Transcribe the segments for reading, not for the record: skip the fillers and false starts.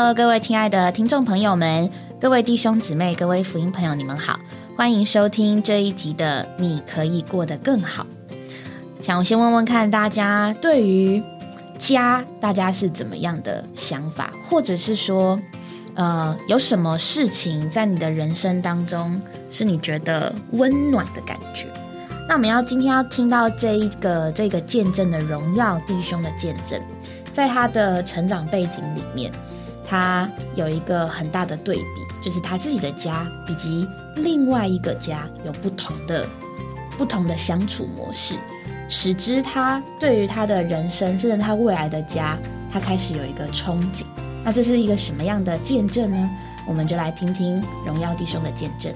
Hello， 各位亲爱的听众朋友们，各位弟兄姊妹，各位福音朋友，你们好，欢迎收听这一集的你可以过得更好。想我先问问看大家对于家，大家是怎么样的想法，或者是说有什么事情在你的人生当中是你觉得温暖的感觉？那我们今天要听到这个见证的荣耀弟兄的见证，在他的成长背景里面，他有一个很大的对比，就是他自己的家以及另外一个家有不同的相处模式，使之他对于他的人生甚至他未来的家，他开始有一个憧憬。那这是一个什么样的见证呢？我们就来听听荣耀弟兄的见证。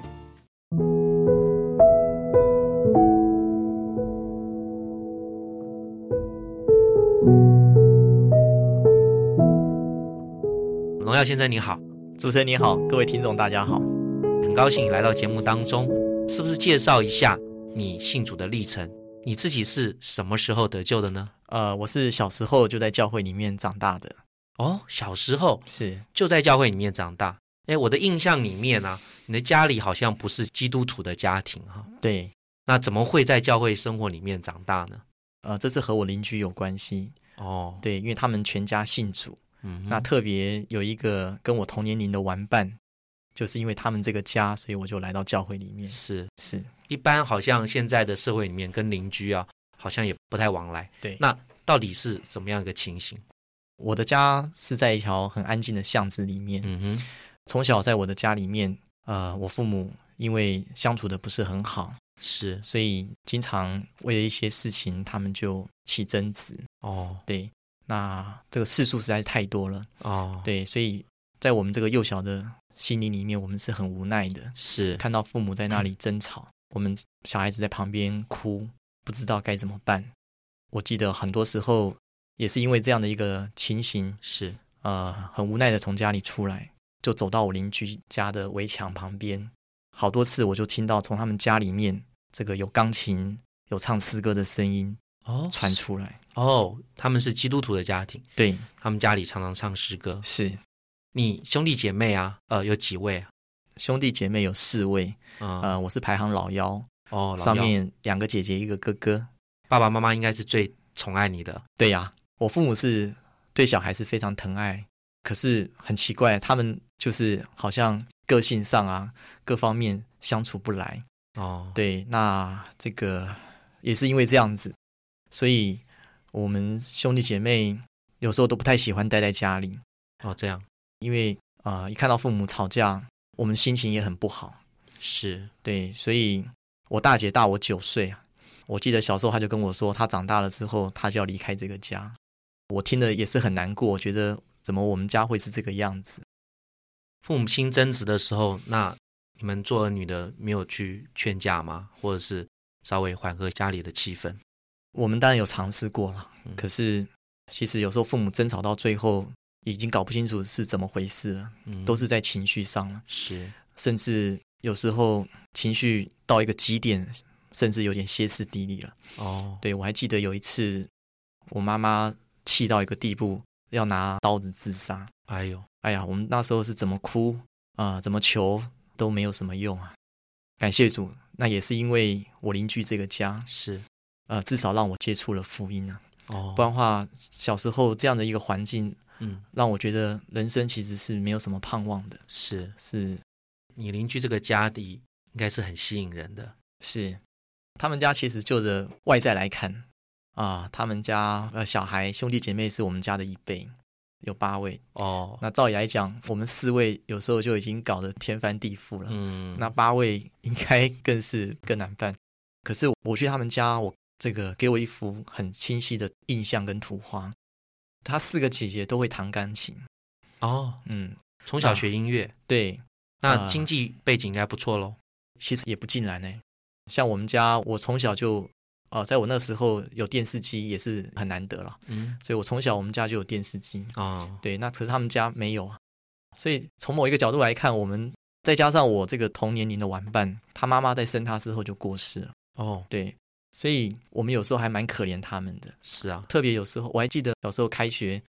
荣耀先生你好。 主持人你好，各位听众大家好， 很高兴你来到节目当中，是不是介绍一下你信主的历程？你自己是什么时候得救的呢？ 我是小时候就在教会里面长大的。 哦，小时候是就在教会里面长大。我的印象里面啊，你的家里好像不是基督徒的家庭哈。 对， 那怎么会在教会生活里面长大呢？ 这是和我邻居有关系。 哦， 对，因为他们全家信主。那特别有一个跟我同年龄的玩伴，就是因为他们这个家，所以我就来到教会里面。 是， 一般好像现在的社会里面跟邻居啊，好像也不太往来。 对， 那到底是怎么样一个情形？ 我的家是在一条很安静的巷子里面。从小在我的家里面，我父母因为相处的不是很好， 是， 所以经常为了一些事情，他们就起争执。 哦， 对。那这个次数实在太多了。对，所以在我们这个幼小的心灵里面，我们是很无奈的。 是， 看到父母在那里争吵，我们小孩子在旁边哭，不知道该怎么办。我记得很多时候也是因为这样的一个情形， 是很无奈的从家里出来，就走到我邻居家的围墙旁边。好多次我就听到从他们家里面这个有钢琴、有唱诗歌的声音传出来。 他们是基督徒的家庭。 对， 他们家里常常唱诗歌。 是。 你兄弟姐妹啊，有几位啊？ 兄弟姐妹有4位。我是排行老幺。上面2个姐姐1个哥哥。 爸爸妈妈应该是最宠爱你的。 对呀，我父母是对小孩是非常疼爱，可是很奇怪，他们就是好像个性上啊各方面相处不来。对，那这个也是因为这样子，所以我们兄弟姐妹有时候都不太喜欢待在家里。 这样， 因为一看到父母吵架，我们心情也很不好。 是， 对，所以我大姐大我9岁啊。我记得小时候她就跟我说，她长大了之后她就要离开这个家。我听了也是很难过，我觉得怎么我们家会是这个样子。 父母亲争执的时候，那你们做儿女的没有去劝架吗？或者是稍微缓和家里的气氛？ 我们当然有尝试过了，可是其实有时候父母争吵到最后已经搞不清楚是怎么回事了。都是在情绪上了。 是， 甚至有时候情绪到一个极点，甚至有点歇斯底里了。对，我还记得有一次我妈妈气到一个地步，要拿刀子自杀。哎呀，我们那时候是怎么哭怎么求都没有什么用啊。感谢主，那也是因为我邻居这个家， 是至少让我接触了福音啊。不然的话，小时候这样的一个环境，让我觉得人生其实是没有什么盼望的。 是， 你邻居这个家里应该是很吸引人的。 是，他们家其实就着外在来看他们家小孩兄弟姐妹是我们家的1倍，有8位。那照理来讲，我们4位有时候就已经搞得天翻地覆了。那8位应该更难办。可是我去他们家，我这个给我一幅很清晰的印象跟图画。他4个姐姐都会弹钢琴。 从小学音乐。 对， 那经济背景应该不错咯。 其实也不尽然呢。像我们家，我从小就在我那时候有电视机也是很难得了。所以我从小我们家就有电视机。对，那可是他们家没有。所以从某一个角度来看，我们再加上我这个同年龄的玩伴，他妈妈在生他之后就过世了。对，所以我们有时候还蛮可怜他们的。 是啊， 特别有时候我还记得小时候开学，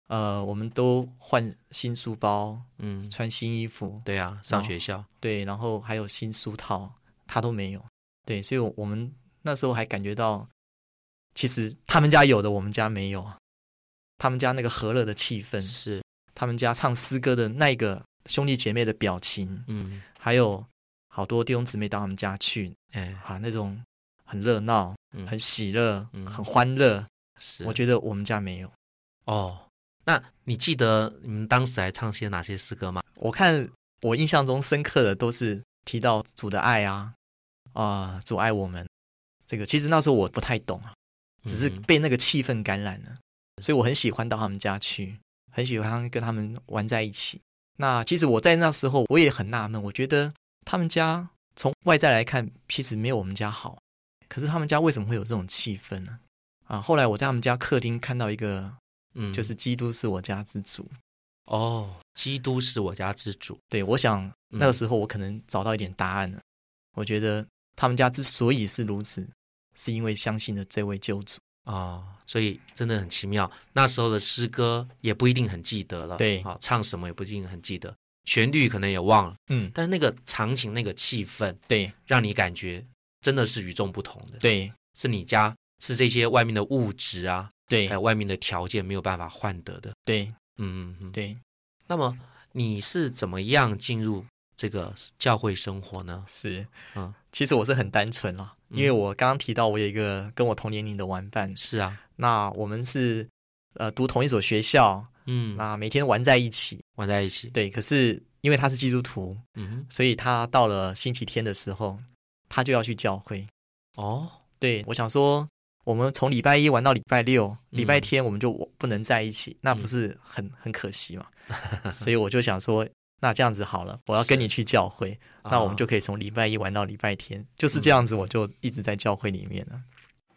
我们都换新书包，穿新衣服， 对啊，上学校， 对，然后还有新书套，他都没有，对，所以我们那时候还感觉到，其实他们家有的我们家没有，他们家那个和乐的气氛， 是他们家唱诗歌的那个兄弟姐妹的表情，还有好多弟兄姊妹到他们家去，那种很热闹，很喜乐，很欢乐，是，我觉得我们家没有。 那你记得你们当时还唱些哪些诗歌吗？ 我看我印象中深刻的都是提到主的爱啊，主爱我们。这个其实那时候我不太懂啊，只是被那个气氛感染了，所以我很喜欢到他们家去，很喜欢跟他们玩在一起。那其实我在那时候我也很纳闷，我觉得他们家从外在来看其实没有我们家好，可是他们家为什么会有这种气氛呢？后来我在他们家客厅看到一个就是基督是我家之主。 基督是我家之主。 对，我想那个时候我可能找到一点答案了。我觉得他们家之所以是如此，是因为相信了这位救主。 所以真的很奇妙。那时候的诗歌也不一定很记得了， 对， 唱什么也不一定很记得，旋律可能也忘了，但是那个场景、那个气氛， 对， 让你感觉真的是与众不同的。 对， 是你家是这些外面的物质啊， 对， 还有外面的条件没有办法换得的。 对，对。 那么你是怎么样进入这个教会生活呢？ 是，其实我是很单纯啦，因为我刚刚提到我有一个跟我同年龄的玩伴， 是啊， 那我们是读同一所学校，那每天玩在一起，对，可是因为他是基督徒，所以他到了星期天的时候，他就要去教会。对，我想说我们从礼拜一玩到礼拜六，礼拜天我们就不能在一起，那不是很可惜嘛？所以我就想说，那这样子好了，我要跟你去教会，那我们就可以从礼拜一玩到礼拜天，就是这样子，我就一直在教会里面了。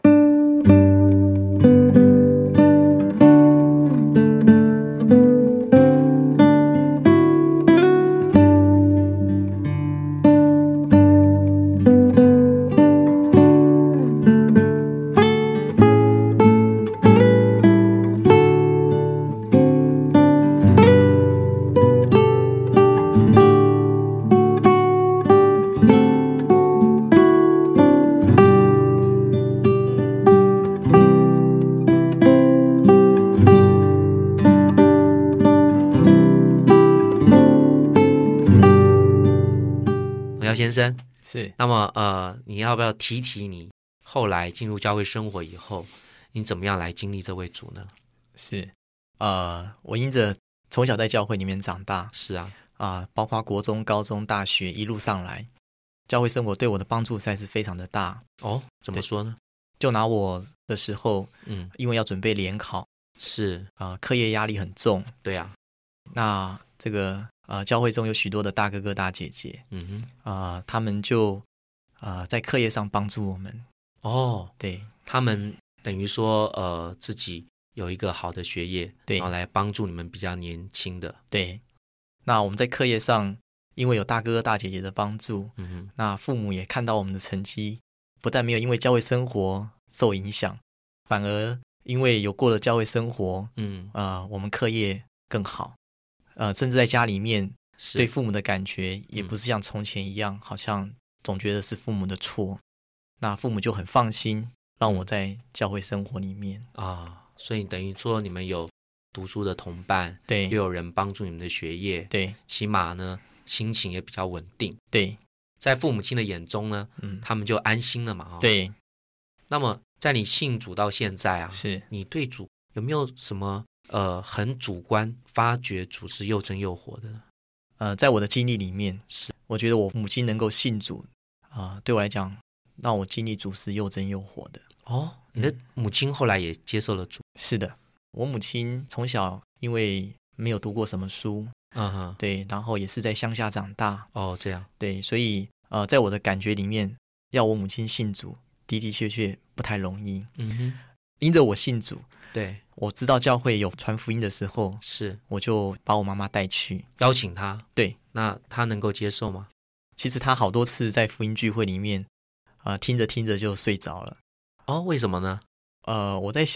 先生， 是， 那么你要不要提你后来进入教会生活以后，你怎么样来经历这位主呢？ 是，我因着从小在教会里面长大， 是啊， 包括国中、高中、大学一路上来，教会生活对我的帮助实在是非常的大。 怎么说呢？ 就拿我的时候，因为要准备联考， 是课业压力很重， 对啊， 那这个教会中有许多的大哥哥大姐姐，他们就在课业上帮助我们。 对，他们等于说自己有一个好的学业， 对， 然后来帮助你们比较年轻的。 对，那我们在课业上因为有大哥哥大姐姐的帮助，那父母也看到我们的成绩，不但没有因为教会生活受影响，反而因为有过了教会生活，我们课业更好。甚至在家里面对父母的感觉也不是像从前一样，好像总觉得是父母的错，那父母就很放心让我在教会生活里面。 所以等于说你们有读书的同伴， 对， 又有人帮助你们的学业， 对， 起码呢心情也比较稳定， 对， 在父母亲的眼中呢，他们就安心了嘛。 对。 那么在你信主到现在啊， 是你对主有没有什么很主观发觉主是又真又活的呢？ 在我的经历里面，是我觉得我母亲能够信主对我来讲，让我经历主是又真又活的。 你的母亲后来也接受了主？ 是的，我母亲从小因为没有读过什么书，对，然后也是在乡下长大。 这样， 对，所以在我的感觉里面，要我母亲信主的的确确不太容易。因着我信主， 对， 我知道教会有传福音的时候， 是， 我就把我妈妈带去， 邀请她。 对， 那她能够接受吗？ 其实她好多次在福音聚会里面，听着听着就睡着了。 为什么呢？ 我在想，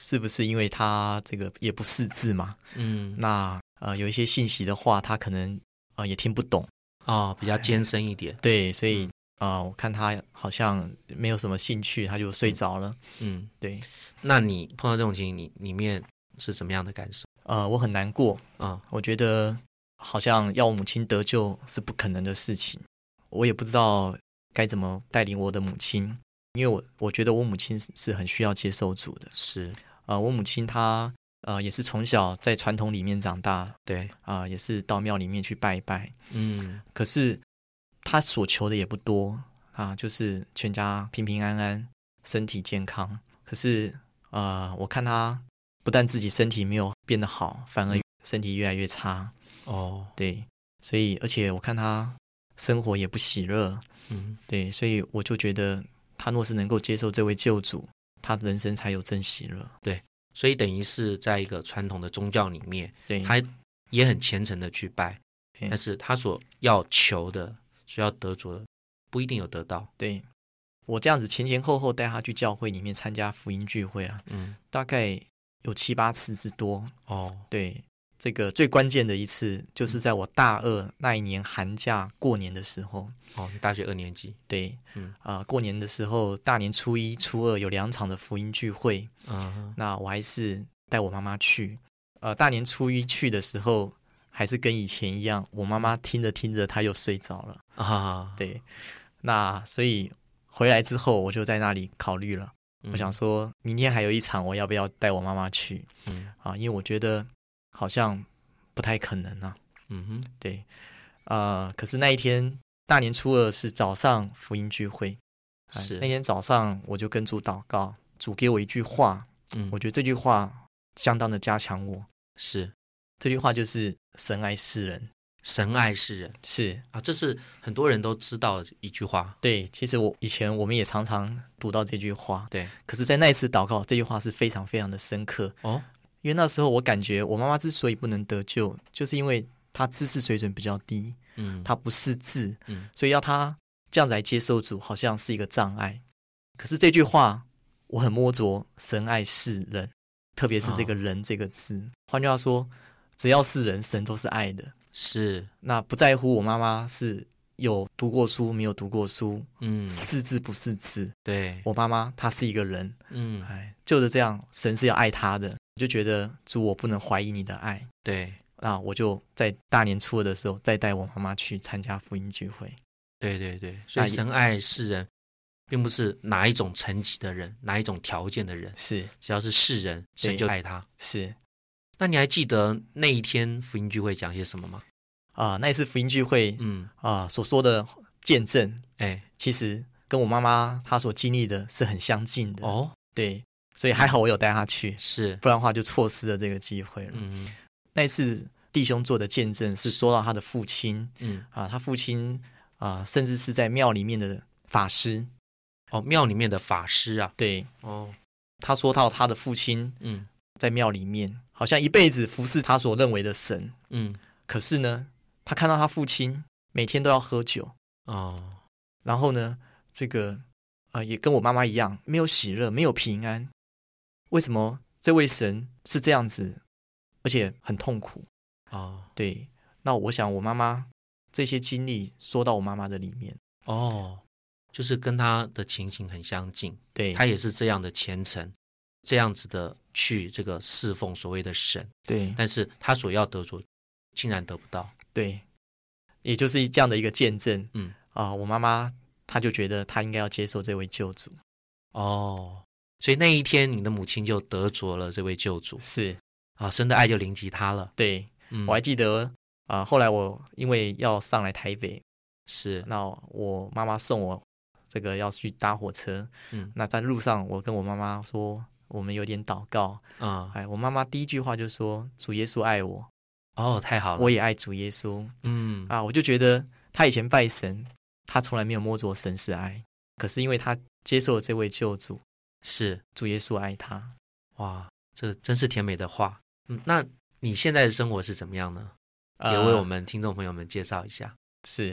是不是因为他这个也不识字嘛？那有一些信息的话，他可能也听不懂比较艰深一点。 对，所以我看他好像没有什么兴趣，他就睡着了。对。 那你碰到这种情形，你里面是怎么样的感受？ 我很难过我觉得好像要我母亲得救是不可能的事情，我也不知道该怎么带领我的母亲，因为我觉得我母亲是很需要接受主的。 是我母亲她也是从小在传统里面长大， 对也是到庙里面去拜一拜。可是她所求的也不多就是全家平平安安，身体健康。可是我看她不但自己身体没有变得好，反而身体越来越差。对，所以而且我看她生活也不喜乐。对，所以我就觉得她若是能够接受这位救主，她人生才有真喜乐。 对，所以等于是在一个传统的宗教里面， 对， 他也很虔诚的去拜，但是他所要求的、所要得着的，不一定有得到。 对，我这样子前前后后带他去教会里面参加福音聚会大概有7、8次之多。对，这个最关键的一次就是在我大2那一年寒假过年的时候。 你大学2年级。 对，过年的时候，大年初1、初2有2场的福音聚会。那我还是带我妈妈去。大年初1去的时候，还是跟以前一样，我妈妈听着听着，她又睡着了。对，那所以回来之后，我就在那里考虑了。我想说明天还有一场，我要不要带我妈妈去？因为我觉得好像不太可能啊。对，可是那一天大年初2是早上福音聚会，是那天早上我就跟主祷告，主给我一句话，我觉得这句话相当的加强我。 是， 这句话就是神爱世人。 神爱世人， 是这是很多人都知道的一句话。 对，其实以前我们也常常读到这句话。 对， 可是在那一次祷告，这句话是非常非常的深刻。因为那时候我感觉我妈妈之所以不能得救，就是因为她知识水准比较低，她不识字，所以要她这样子来接受主，好像是一个障碍。可是这句话我很摸着神爱世人，特别是这个人这个字。换句话说，只要是人，神都是爱的。 是， 那不在乎我妈妈是有读过书没有读过书，识字不识字。对，我妈妈她是一个人，就是这样，神是要爱她的。我就觉得主，我不能怀疑你的爱。对，那我就在大年初2的时候再带我妈妈去参加福音聚会。 对对对，所以神爱世人并不是哪一种层级的人，哪一种条件的人， 是只要是世人，神就爱他。 是。 那你还记得那一天福音聚会讲些什么吗？ 那一次福音聚会，所说的见证，其实跟我妈妈她所经历的是很相近的。对，所以还好我有带她去，是，不然的话就错失了这个机会了。那一次弟兄做的见证是说到他的父亲，他父亲甚至是在庙里面的法师。 庙里面的法师啊？ 对，他说到他的父亲，在庙里面好像一辈子服侍他所认为的神，可是呢，他看到他父亲每天都要喝酒，然后呢，这个也跟我妈妈一样，没有喜乐，没有平安。为什么这位神是这样子，而且很痛苦？对，那我想我妈妈这些经历说到我妈妈的里面， 就是跟她的情形很相近。 对， 她也是这样的虔诚，这样子的去这个侍奉所谓的神。 对， 但是她所要得着，竟然得不到。 对，也就是这样的一个见证。我妈妈她就觉得她应该要接受这位救主。 所以那一天你的母亲就得着了这位救主。 是神的爱就临及她了。 对，我还记得后来我因为要上来台北， 是， 那我妈妈送我这个要去搭火车，那在路上我跟我妈妈说我们有点祷告我妈妈第一句话就说主耶稣爱我。 太好了， 我也爱主耶稣。我就觉得他以前拜神，他从来没有摸着神是爱，可是因为他接受了这位救主， 是主耶稣爱他。 哇，这真是甜美的话。那你现在的生活是怎么样呢？也为我们听众朋友们介绍一下。 是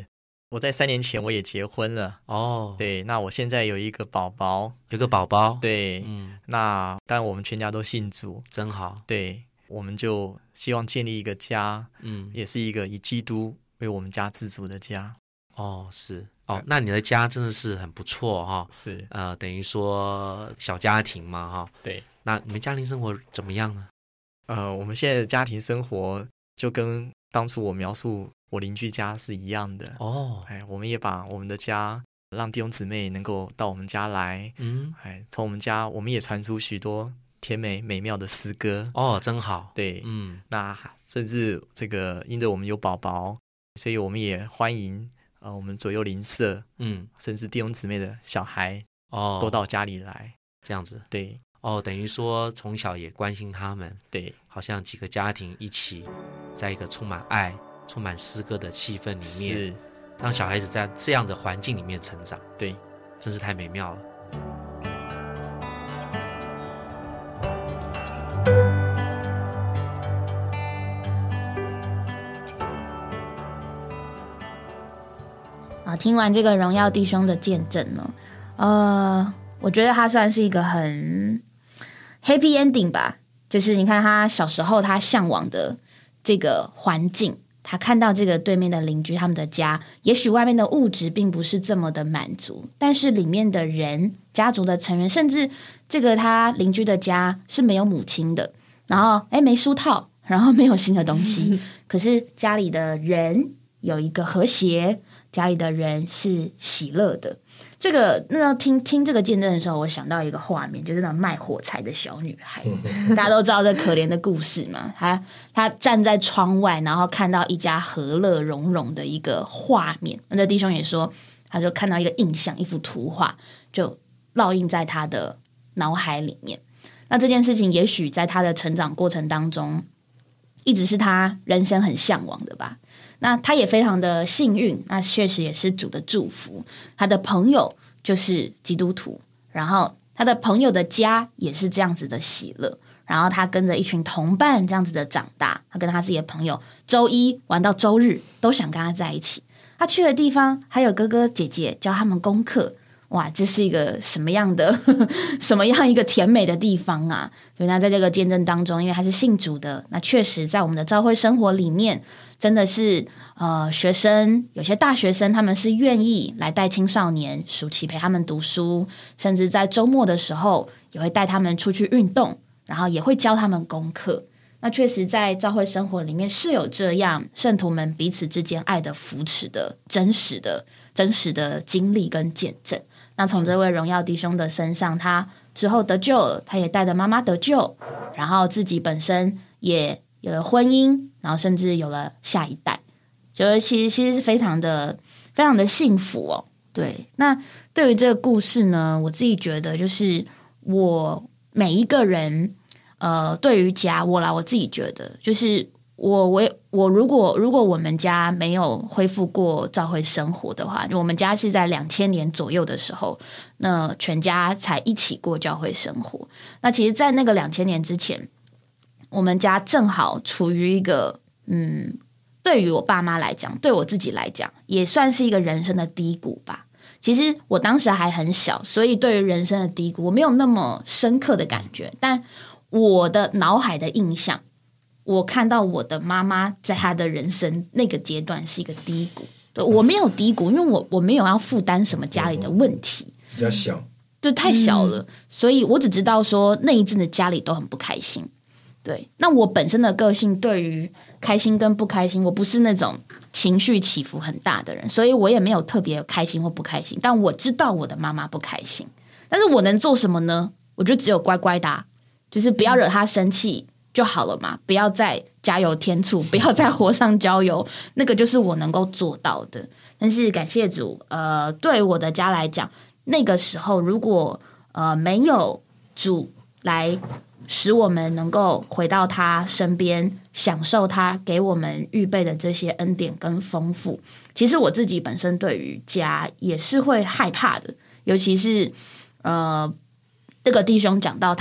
我在3年前我也结婚了哦，对，那我现在有一个宝宝，对，那当然我们全家都信主， 真好， 对，我们就希望建立一个家，也是一个以基督为我们家自主的家。 哦，是哦，那你的家真的是很不错哈， 是等于说小家庭嘛哈， 对， 那你们家庭生活怎么样呢？ 我们现在的家庭生活就跟当初我描述我邻居家是一样的哦，我们也把我们的家让弟兄姊妹能够到我们家来，从我们家我们也传出许多甜美美妙的诗歌哦，真好， 对，那甚至这个因着我们有宝宝，所以我们也欢迎我们左右邻舍，甚至弟兄姊妹的小孩都到家里来， 这样子， 对。 哦，等于说从小也关心他们， 对， 好像几个家庭一起，在一个充满爱、充满诗歌的气氛里面，让小孩子在这样的环境里面成长， 对， 真是太美妙了。 听完这个荣耀弟兄的见证呢，我觉得他算是一个很happy ending 吧，就是你看他小时候他向往的这个环境，他看到这个对面的邻居他们的家，也许外面的物质并不是这么的满足，但是里面的人家族的成员，甚至这个他邻居的家是没有母亲的，然后没书套，然后没有新的东西可是家里的人有一个和谐，家里的人是喜乐的。这个那听这个见证的时候，我想到一个画面，就是那卖火柴的小女孩大家都知道这可怜的故事嘛，她站在窗外，然后看到一家和乐融融的一个画面。那弟兄也说，他就看到一个印象，一幅图画就烙印在他的脑海里面。那这件事情也许在他的成长过程当中一直是他人生很向往的吧。那他也非常的幸运，那确实也是主的祝福，他的朋友就是基督徒，然后他的朋友的家也是这样子的喜乐，然后他跟着一群同伴这样子的长大，他跟他自己的朋友周一玩到周日都想跟他在一起，他去的地方还有哥哥姐姐教他们功课，哇，这是一个什么样一个甜美的地方啊。所以他在这个见证当中，因为他是信主的，那确实在我们的教会生活里面真的是学生，有些大学生他们是愿意来带青少年，暑期陪他们读书，甚至在周末的时候也会带他们出去运动，然后也会教他们功课。那确实在教会生活里面是有这样圣徒们彼此之间爱的扶持的真实的经历跟见证。那从这位荣耀弟兄的身上，他之后得救了，他也带着妈妈得救，然后自己本身也有了婚姻，然后甚至有了下一代，就是其实是非常的幸福哦。对，那对于这个故事呢，我自己觉得就是我每一个人对于家我自己觉得就是我如果我们家没有恢复过教会生活的话，我们家是在2000年左右的时候，那全家才一起过教会生活。那其实在那个2000年之前，我们家正好处于一个对于我爸妈来讲，对我自己来讲也算是一个人生的低谷吧。其实我当时还很小，所以对于人生的低谷我没有那么深刻的感觉，但我的脑海的印象，我看到我的妈妈在她的人生那个阶段是一个低谷。对，我没有低谷，因为我没有要负担什么家里的问题， 比较小， 就太小了，所以我只知道说那一阵子家里都很不开心。对，那我本身的个性对于开心跟不开心，我不是那种情绪起伏很大的人，所以我也没有特别开心或不开心。但我知道我的妈妈不开心，但是我能做什么呢？我就只有乖乖的就是不要惹她生气就好了嘛，不要再加油添醋，不要再火上浇油，那个就是我能够做到的。但是感谢主，对我的家来讲，那个时候如果没有主来使我们能够回到他身边，享受他给我们预备的这些恩典跟丰富，其实我自己本身对于家也是会害怕的。尤其是这个弟兄讲到他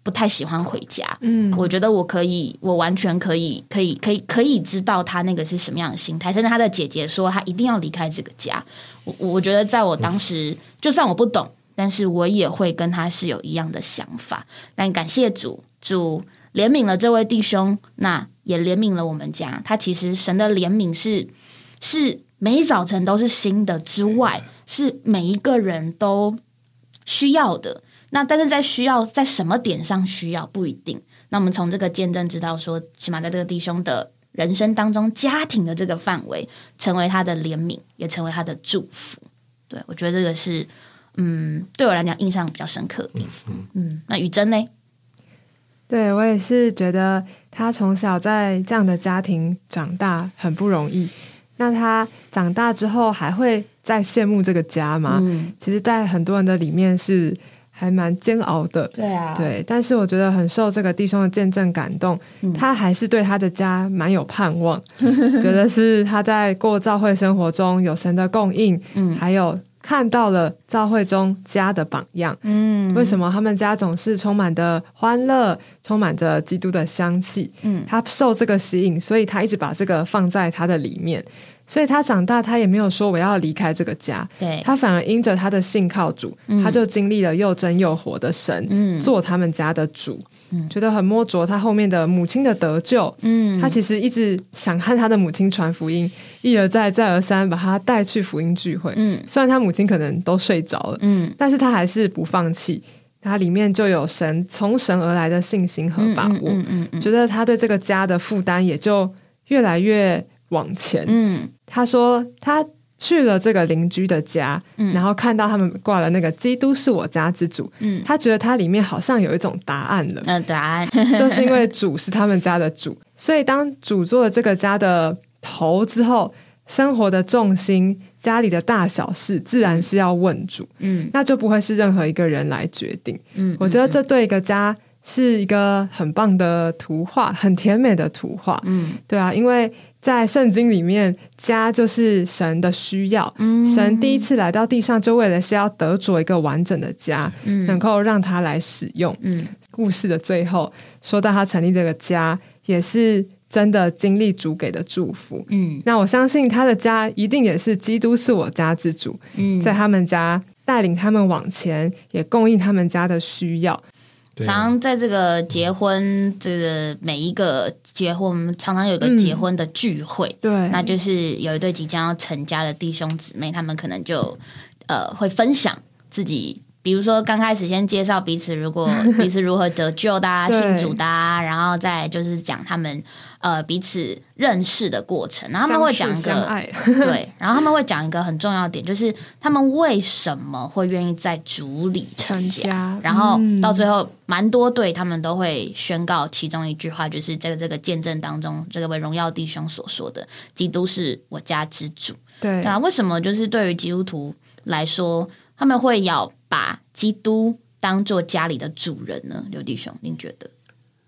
不太喜欢回家。我觉得我完全可以知道他那个是什么样的心态，甚至他的姐姐说他一定要离开这个家。我觉得在我当时，就算我不懂，但是我也会跟他是有一样的想法。但感谢主怜悯了这位弟兄，那也怜悯了我们家。他其实神的怜悯是每一早晨都是新的之外，是每一个人都需要的。那但是在什么点上需要不一定。那我们从这个见证知道说，起码在这个弟兄的人生当中，家庭的这个范围成为他的怜悯，也成为他的祝福。对，我觉得这个是对我来讲印象比较深刻的地方。那宇珍呢？ 对，我也是觉得他从小在这样的家庭长大很不容易。那他长大之后还会再羡慕这个家吗？其实在很多人的里面是还蛮煎熬的。 对啊， 对，但是我觉得很受这个弟兄的见证感动，他还是对他的家蛮有盼望，觉得是他在过教会生活中有神的供应，还有看到了教会中家的榜样。为什么他们家总是充满的欢乐，充满着基督的香气？他受这个吸引，所以他一直把这个放在他的里面。所以他长大，他也没有说我要离开这个家， 对， 他反而因着他的信靠主，他就经历了又真又活的神，做他们家的主。觉得很摸着他后面的母亲的得救。他其实一直想和他的母亲传福音，一而再再而三把他带去福音聚会。虽然他母亲可能都睡着了，但是他还是不放弃。他里面就有从神而来的信心和把握。觉得他对这个家的负担也就越来越往前。他说他去了这个邻居的家，然后看到他们挂了那个基督是我家之主，他觉得他里面好像有一种答案了。 答案就是因为主是他们家的主，所以当主做了这个家的头之后，生活的重心，家里的大小事自然是要问主。那就不会是任何一个人来决定。我觉得这对一个家是一个很棒的图画，很甜美的图画。对啊，因为在圣经里面，家就是神的需要。神第一次来到地上，就为了是要得着一个完整的家，能够让他来使用。故事的最后说到他成立这个家，也是真的经历主给的祝福。那我相信他的家一定也是基督是我家之主。在他们家带领他们往前，也供应他们家的需要。 常常在这个结婚，这个每一个结婚，我们常常有一个结婚的聚会。对，那就是有一对即将要成家的弟兄姊妹，他们可能就会分享自己，比如说刚开始先介绍彼此如何得救的啊，信主的啊，然后再就是讲他们彼此认识的过程，然后他们会讲一个对，然后他们会讲一个很重要的点，就是他们为什么会愿意在主里成家，然后到最后蛮多对他们都会宣告其中一句话，就是在这个见证当中，这个为荣耀弟兄所说的基督是我家之主。对啊，为什么就是对于基督徒来说，他们会要把基督当做家里的主人呢？刘弟兄，您觉得？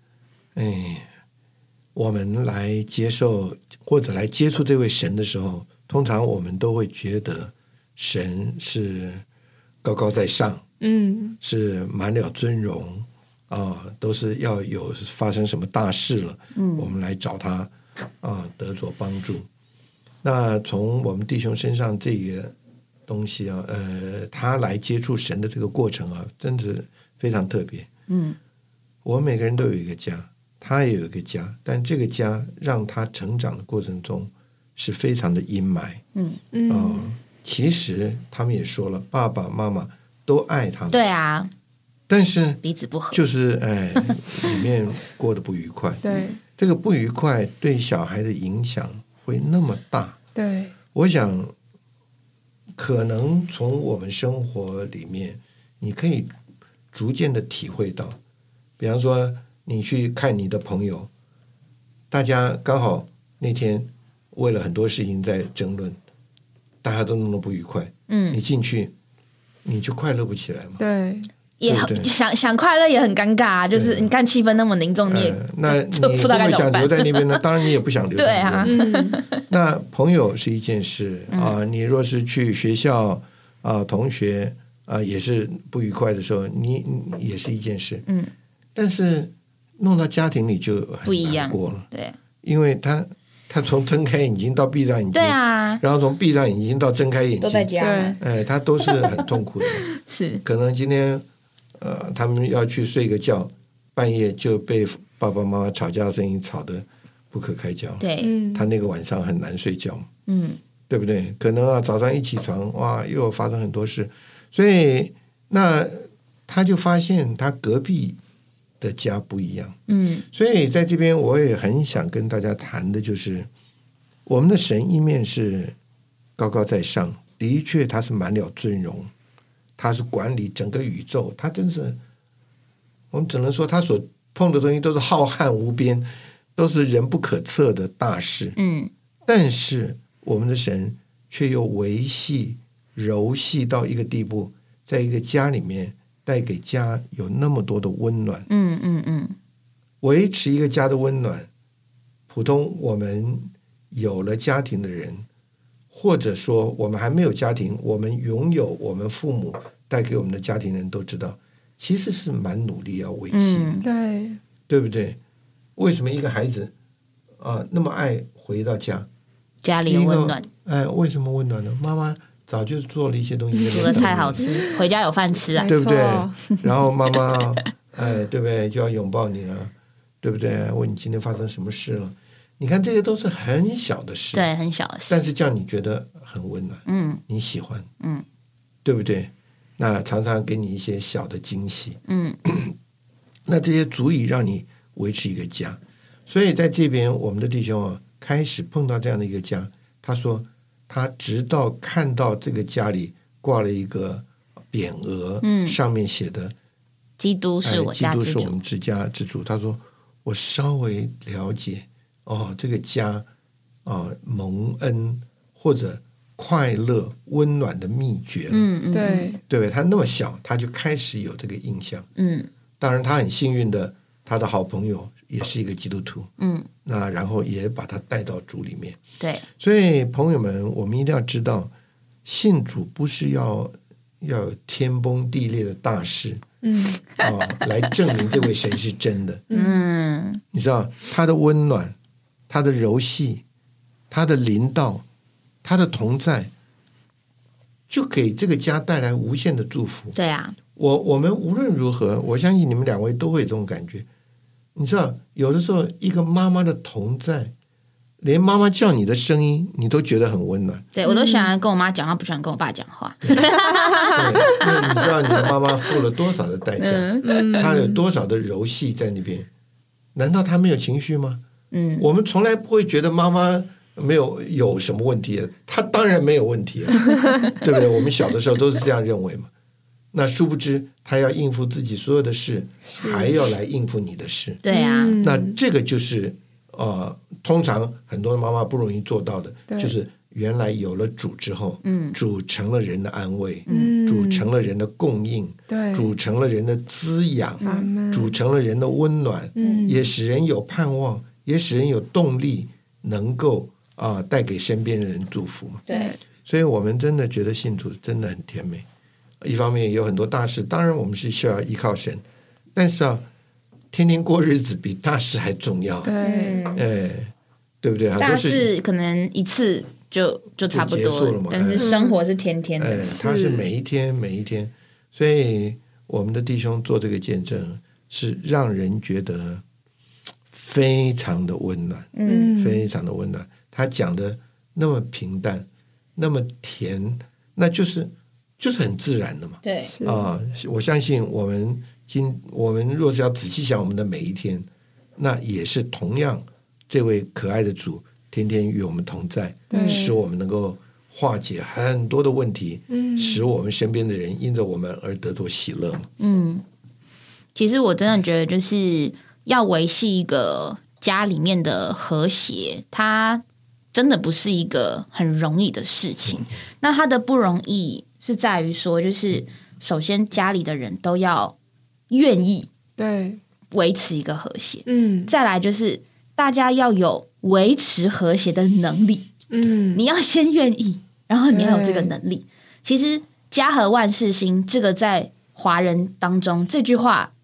我们来接受或者来接触这位神的时候，通常我们都会觉得神是高高在上，是满了尊荣都是要有发生什么大事了，我们来找他得着帮助。那从我们弟兄身上这个东西他来接触神的这个过程真的非常特别。我们每个人都有一个家，他也有一个家，但这个家让他成长的过程中是非常的阴霾。其实他们也说了，爸爸妈妈都爱他们， 对啊， 但是彼此不合， 就是里面过得不愉快。 对， 这个不愉快对小孩的影响会那么大。 对， 我想可能从我们生活里面你可以逐渐的体会到，比方说你去看你的朋友，大家刚好那天为了很多事情在争论，大家都弄得不愉快，你进去你就快乐不起来嘛。 对， 也想快乐也很尴尬就是你看气氛那么凝重，你也那你不想留在那边呢？当然你也不想留在那边。 对啊， 那朋友是一件事你若是去学校同学也是不愉快的时候，你也是一件事。 但是弄到家庭里就很不一样难过了， 对， 因为他从睁开眼睛到闭上眼睛， 对啊， 然后从闭上眼睛到睁开眼睛都在家嘛， 他都是很痛苦的。 是， 可能今天他们要去睡个觉，半夜就被爸爸妈妈吵架的声音吵得不可开交， 对， 他那个晚上很难睡觉，对不对？可能早上一起床，哇，又发生很多事，所以那他就发现他隔壁的家不一样，所以在这边我也很想跟大家谈的就是，我们的神一面是高高在上，的确他是满了尊荣，他是管理整个宇宙，他真是，我们只能说他所碰的东西都是浩瀚无边，都是人不可测的大事，但是我们的神却又维系柔细到一个地步，在一个家里面带给家有那么多的温暖，维持一个家的温暖，普通我们有了家庭的人，或者说我们还没有家庭，我们拥有我们父母带给我们的家庭人都知道，其实是蛮努力要维系的，对不对？为什么一个孩子那么爱回到家里有温暖？ 为什么温暖呢？妈妈早就做了一些东西， 煮的菜好吃，回家有饭吃啊， 对不对？然后妈妈对不对，就要拥抱你了，对不对？问你今天发生什么事了？你看这些都是很小的事， 对，很小的事， 但是叫你觉得很温暖，你喜欢，对不对？那常常给你一些小的惊喜，那这些足以让你维持一个家。所以在这边我们的弟兄开始碰到这样的一个家，他说他直到看到这个家里挂了一个匾额，上面写的基督是我家之主， 基督是我们之家之主。他说我稍微了解这个家蒙恩或者快乐温暖的秘诀了，对，他那么小他就开始有这个印象，当然他很幸运的，他的好朋友也是一个基督徒，那然后也把他带到主里面， 对， 所以朋友们，我们一定要知道，信主不是要有天崩地裂的大事，来证明这位神是真的，你知道他的温暖，他的柔细，他的临到，他的同在，就给这个家带来无限的祝福。 对啊， 我们无论如何，我相信你们两位都会有这种感觉。你知道，有的时候一个妈妈的同在，连妈妈叫你的声音，你都觉得很温暖。 对，我都喜欢跟我妈讲话，不喜欢跟我爸讲话。 对，因为你知道你的妈妈付了多少的代价，她有多少的柔细在那边，难道她没有情绪吗？我们从来不会觉得妈妈有什么问题，她当然没有问题，对不对？我们小的时候都是这样认为嘛。那殊不知他要应付自己所有的事，还要来应付你的事。 对啊， 那这个就是通常很多妈妈不容易做到的，就是原来有了主之后，主成了人的安慰，主成了人的供应，主成了人的滋养，主成了人的温暖，也使人有盼望，也使人有动力，能够带给身边的人祝福嘛。 对， 所以我们真的觉得信主真的很甜美。一方面有很多大事，当然我们是需要依靠神，但是天天过日子比大事还重要。对不对？ 大事可能一次就差不多了嘛，但是生活是天天的， 它是每一天每一天。所以我们的弟兄做这个见证，是让人觉得非常的温暖，非常的温暖。他讲的那么平淡，那么甜，那就是很自然的嘛。 对我相信我们若是要仔细想我们的每一天，那也是同样这位可爱的主天天与我们同在，使我们能够化解很多的问题，使我们身边的人因着我们而得到喜乐。 其实我真的觉得就是要维系一个家里面的和谐，它真的不是一个很容易的事情。那它的不容易是在于说，就是首先家里的人都要愿意维持一个和谐，再来就是大家要有维持和谐的能力，你要先愿意，然后你要有这个能力。其实家和万事兴这个在华人当中这句话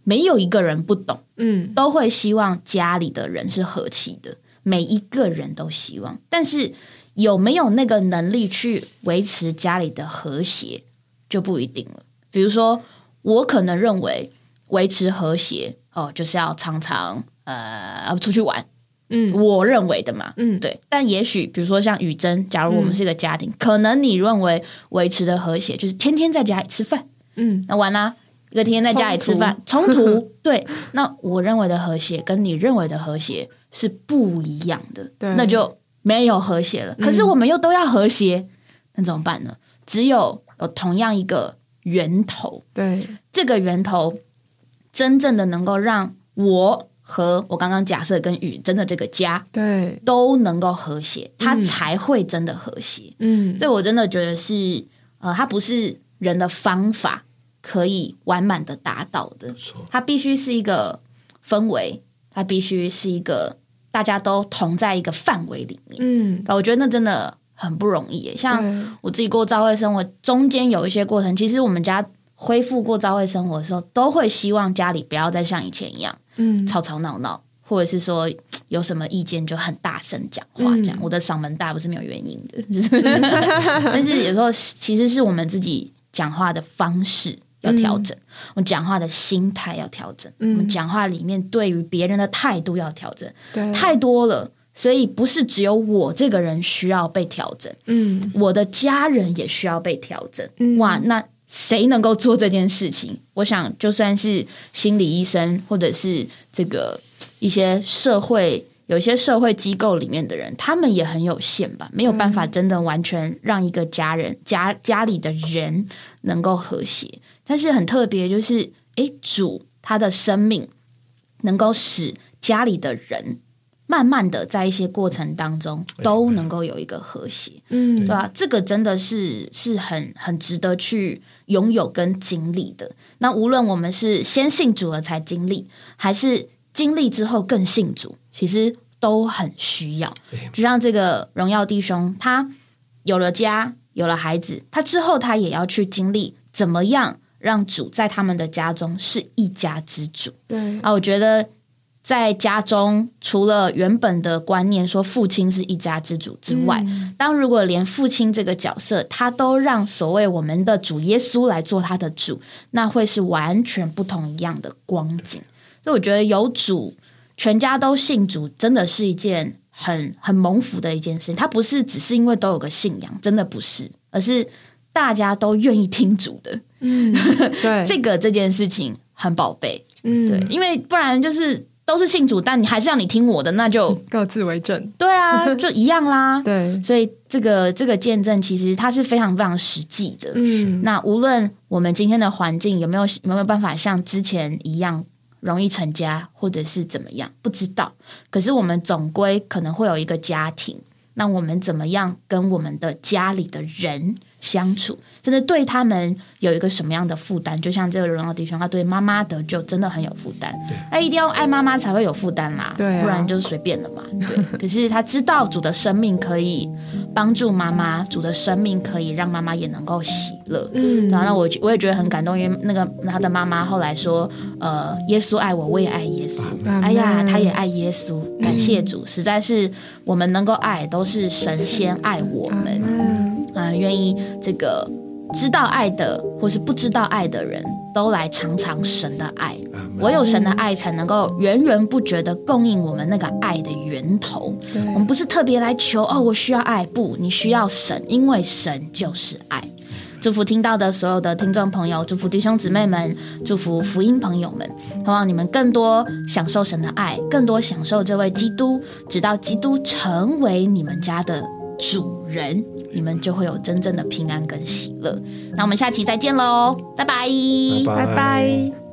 没有一个人不懂，都会希望家里的人是和气的，每一个人都希望，但是有没有那个能力去维持家里的和谐就不一定了。比如说我可能认为维持和谐就是要常常出去玩，我认为的嘛，对。但也许比如说像宇珍，假如我们是一个家庭，可能你认为维持的和谐就是天天在家里吃饭，那完啦，一个天天在家里吃饭冲突对，那我认为的和谐跟你认为的和谐是不一样的，那就没有和谐了。可是我们又都要和谐，那怎么办呢？只有同样一个源头，对，这个源头真正的能够让我和我刚刚假设跟宇真的这个家，对，都能够和谐，它才会真的和谐。这我真的觉得是它不是人的方法可以完满的达到的，它必须是一个氛围，它必须是一个大家都同在一个范围里面。我觉得那真的很不容易耶。像我自己过教会生活，中间有一些过程，其实我们家恢复过教会生活的时候，都会希望家里不要再像以前一样，吵吵闹闹，或者是说有什么意见就很大声讲话，这样。我的嗓门大不是没有原因的，但是有时候其实是我们自己讲话的方式要调整，我们讲话的心态要调整，我们讲话里面对于别人的态度要调整，太多了。所以不是只有我这个人需要被调整，我的家人也需要被调整。哇，那谁能够做这件事情？我想就算是心理医生，或者是这个一些有一些社会机构里面的人，他们也很有限吧，没有办法真的完全让一个家里的人能够和谐。但是很特别，就是主他的生命能够使家里的人慢慢的在一些过程当中都能够有一个和谐，对吧？这个真的是很值得去拥有跟经历的。那无论我们是先信主了才经历，还是经历之后更信主，其实都很需要。就像这个荣耀弟兄，他有了家，有了孩子，他之后他也要去经历怎么样让主在他们的家中是一家之主。对啊，我觉得在家中，除了原本的观念说父亲是一家之主之外，当如果连父亲这个角色他都让所谓我们的主耶稣来做他的主，那会是完全不同一样的光景。所以我觉得有主，全家都信主，真的是一件很蒙福的一件事情。他不是只是因为都有个信仰，真的不是，而是大家都愿意听主的。对，这件事情很宝贝。对，因为不然就是都是信主，但你还是让你听我的，那就各自为政。 对啊，就一样啦。对，所以这个见证其实它是非常非常实际的。那无论我们今天的环境有没有办法像之前一样容易成家，或者是怎么样，不知道。可是我们总归可能会有一个家庭，那我们怎么样跟我们的家里的人相处，真的对他们有一个什么样的负担？就像这个荣耀弟兄，他对妈妈得救真的很有负担。他一定要爱妈妈才会有负担啦，对不然就随便了嘛。对，可是他知道主的生命可以帮助妈妈，主的生命可以让妈妈也能够喜乐。然后那我也觉得很感动，因为他的妈妈后来说，耶稣爱我，我也爱耶稣。哎呀，他也爱耶稣，感谢主，实在是我们能够爱，都是神先爱我们。愿意这个知道爱的或是不知道爱的人都来尝尝神的爱，唯有神的爱才能够源源不绝的供应我们那个爱的源头。我们不是特别来求我需要爱，不，你需要神，因为神就是爱。祝福听到的所有的听众朋友，祝福弟兄姊妹们，祝福福音朋友们，希望你们更多享受神的爱，更多享受这位基督，直到基督成为你们家的主人，你们就会有真正的平安跟喜乐。那我们下期再见喽，拜拜， 拜拜。